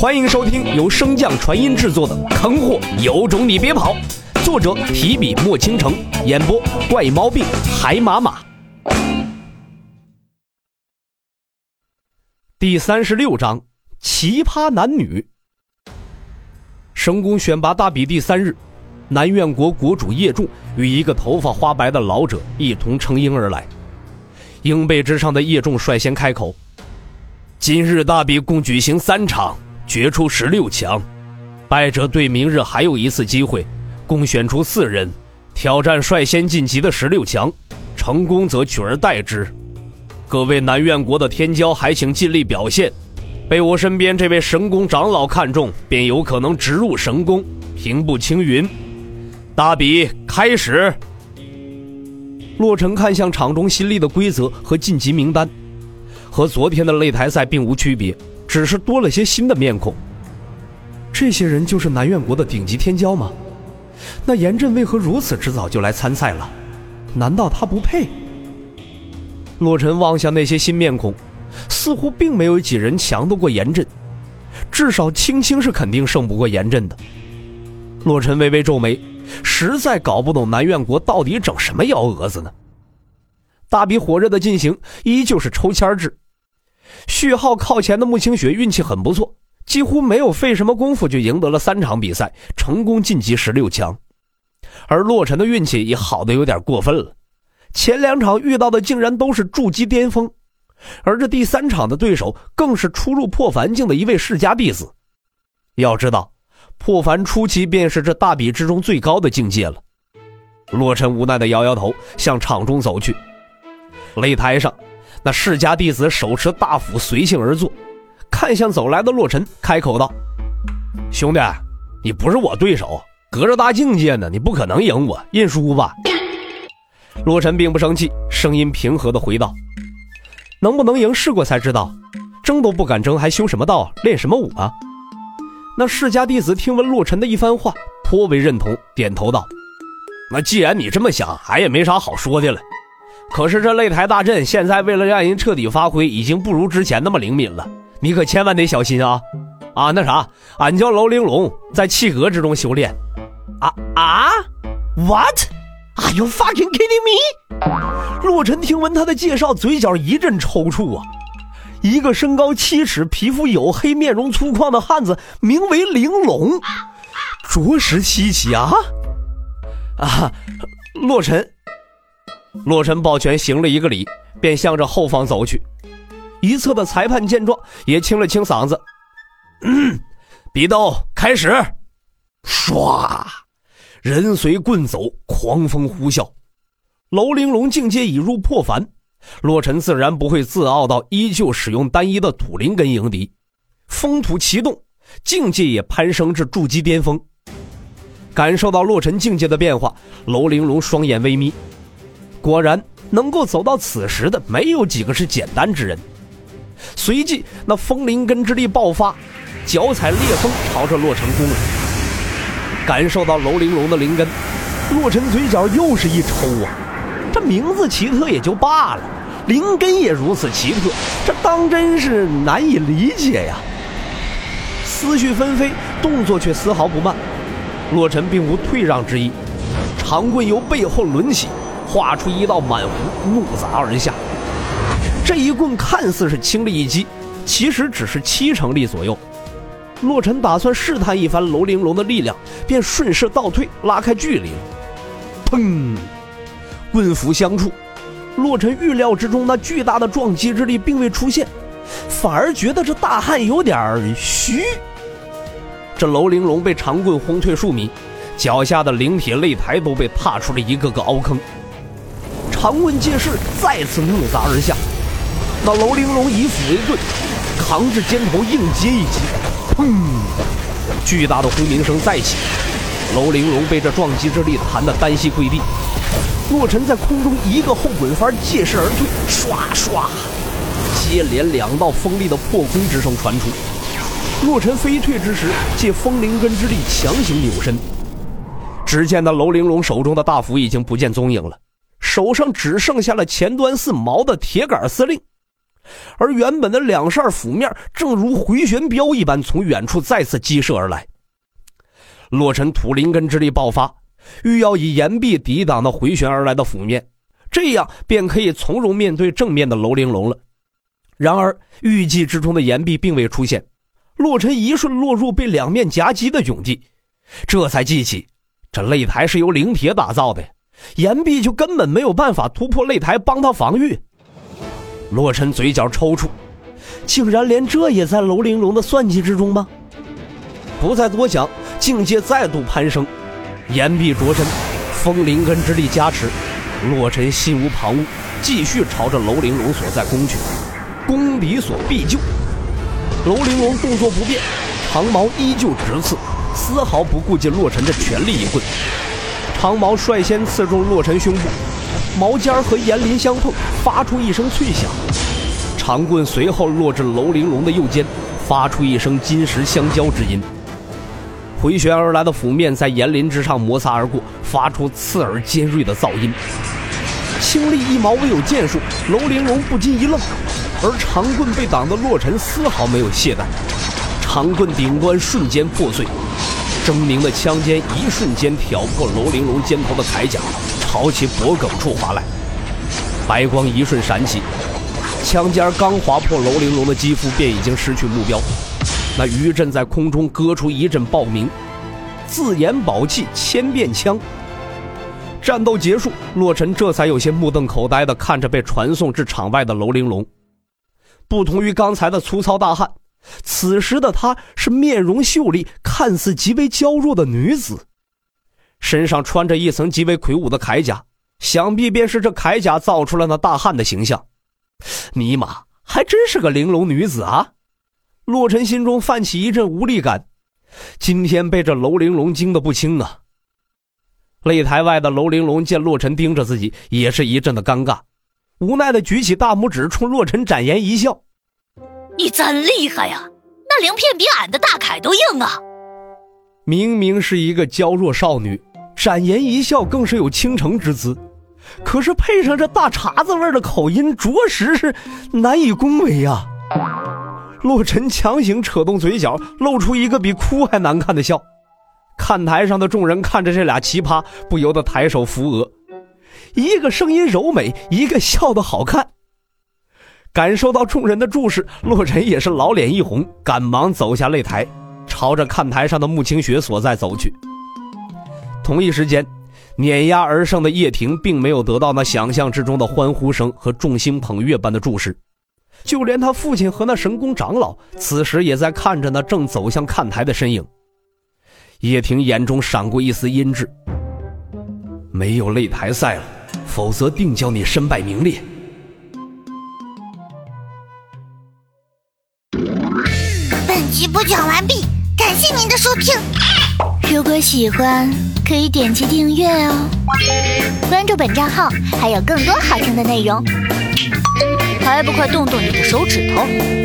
欢迎收听由升降传音制作的《坑货有种你别跑》，作者提笔墨倾城，演播怪毛病海马马。第36章，奇葩男女。神宫选拔大比第3日，南苑国国主叶仲与一个头发花白的老者一同乘鹰而来。鹰背之上的叶仲率先开口：今日大比共举行3场，决出16强，败者对明日还有一次机会，共选出4人，挑战率先晋级的16强，成功则取而代之。各位南苑国的天骄还请尽力表现，被我身边这位神宫长老看中，便有可能直入神宫，平步青云。大比开始。洛尘看向场中新立的规则和晋级名单，和昨天的擂台赛并无区别，只是多了些新的面孔。这些人就是南苑国的顶级天骄吗？那严震为何如此之早就来参赛了？难道他不配？洛尘望向那些新面孔，似乎并没有几人强得过严震，至少青青是肯定胜不过严震的。洛尘微微皱眉，实在搞不懂南苑国到底整什么幺蛾子呢？大比火热的进行，依旧是抽签制。序号靠前的穆清雪运气很不错，几乎没有费什么功夫就赢得了3场比赛，成功晋级16强。而洛尘的运气也好得有点过分了，前2场遇到的竟然都是筑基巅峰，而这第3场的对手更是初入破凡境的一位世家弟子。要知道，破凡初期便是这大比之中最高的境界了。洛尘无奈地摇摇头，向场中走去。擂台上，那世家弟子手持大斧随性而坐，看向走来的洛尘，开口道：兄弟，你不是我对手，隔着大境界呢，你不可能赢我，认输吧。洛尘并不生气，声音平和地回道：能不能赢试过才知道，争都不敢争，还修什么道，练什么武啊？那世家弟子听闻洛尘的一番话，颇为认同，点头道：那既然你这么想，俺也没啥好说的了。可是这擂台大阵现在为了让人彻底发挥，已经不如之前那么灵敏了，你可千万得小心啊！那啥，俺叫楼玲珑，在气阁之中修炼。What? Are you fucking kidding me? 洛尘听闻他的介绍，嘴角一阵抽搐啊！一个身高7尺、皮肤黝黑、面容粗犷的汉子，名为玲珑，着实稀奇啊！洛尘抱拳行了一个礼，便向着后方走去。一侧的裁判见状，也清了清嗓子：比斗开始！唰，人随棍走，狂风呼啸。楼玲珑境界已入破凡，洛尘自然不会自傲到依旧使用单一的土灵根迎敌，风土齐动，境界也攀升至筑基巅峰。感受到洛尘境界的变化，楼玲珑双眼微眯。果然，能够走到此时的没有几个是简单之人。随即那风灵根之力爆发，脚踩烈风朝着洛尘攻来。感受到楼玲珑的灵根，洛尘嘴角又是一抽啊！这名字奇特也就罢了，灵根也如此奇特，这当真是难以理解呀！思绪纷飞，动作却丝毫不慢。洛尘并无退让之意，长棍由背后抡起，画出一道满弧，怒砸而下。这一棍看似是轻力一击，其实只是7成力左右。洛尘打算试探一番楼玲珑的力量，便顺势倒退，拉开距离了。砰！棍斧相触，洛尘预料之中那巨大的撞击之力并未出现，反而觉得这大汉有点虚。这楼玲珑被长棍轰退数米，脚下的灵铁擂台都被踏出了一个个凹坑。长棍借势再次怒砸而下，那楼玲珑以斧为盾，扛至肩头硬接一击。砰！巨大的轰鸣声再起，楼玲珑被这撞击之力弹得单膝跪地。洛尘在空中一个后滚翻，借势而退，唰唰，接连2道锋利的破空之声传出。洛尘飞退之时，借风灵根之力强行扭身。只见那楼玲珑手中的大斧已经不见踪影了，手上只剩下了前端似矛的铁杆司令。 而原本的2扇斧面正如回旋镖一般从远处再次击射而来。洛尘土灵根之力爆发，欲要以岩壁抵挡那回旋而来的斧面，这样便可以从容面对正面的楼玲珑了。然而预计之中的岩壁并未出现，洛尘一瞬落入被两面夹击的窘境，这才记起这擂台是由灵铁打造的，岩壁就根本没有办法突破擂台帮他防御。洛尘嘴角抽搐，竟然连这也在楼玲珑的算计之中吗？不再多想，境界再度攀升，岩壁着身，风灵根之力加持，洛尘心无旁骛，继续朝着楼玲珑所在攻去，攻敌所必救。楼玲珑动作不变，长矛依旧直刺，丝毫不顾及洛尘的全力一棍。长矛率先刺中洛尘胸部，矛尖和岩鳞相碰，发出一声脆响。长棍随后落至楼玲珑的右肩，发出一声金石相交之音。回旋而来的斧面在岩鳞之上摩擦而过，发出刺耳尖锐的噪音。轻力一矛未有建树，楼玲珑不禁一愣，而长棍被挡的洛尘丝毫没有懈怠，长棍顶端瞬间破碎，狰狞的枪尖一瞬间挑破楼玲珑肩头的铠甲，朝其脖颈处划来。白光一瞬闪起，枪尖刚划破楼玲珑的肌肤，便已经失去目标。那余震在空中割出一阵爆鸣，自研宝器千变枪。战斗结束，洛尘这才有些目瞪口呆地看着被传送至场外的楼玲珑。不同于刚才的粗糙大汉，此时的她是面容秀丽，看似极为娇弱的女子，身上穿着一层极为魁梧的铠甲，想必便是这铠甲造出了那大汉的形象。尼玛，还真是个玲珑女子啊！洛尘心中泛起一阵无力感，今天被这楼玲珑惊得不轻啊。擂台外的楼玲珑见洛尘盯着自己，也是一阵的尴尬，无奈的举起大拇指冲洛尘展颜一笑： 你真厉害呀，那鳞片比俺的大铠都硬啊。 明明是一个娇弱少女，展颜一笑更是有倾城之姿，可是配上这大碴子味的口音，着实是难以恭维啊。洛尘强行扯动嘴角，露出一个比哭还难看的笑。看台上的众人看着这俩奇葩，不由得抬手扶额，一个声音柔美，一个笑得好看。感受到众人的注视，洛尘也是老脸一红，赶忙走下擂台，朝着看台上的穆清雪所在走去。同一时间，碾压而上的叶婷并没有得到那想象之中的欢呼声和众星捧月般的注视，就连他父亲和那神宫长老此时也在看着那正走向看台的身影。叶婷眼中闪过一丝阴鸷，没有擂台赛了，否则定叫你身败名裂。 本集播讲完毕，感谢您的收听。 如果喜欢，可以点击订阅哦，关注本账号还有更多好听的内容，还不快动动你的手指头。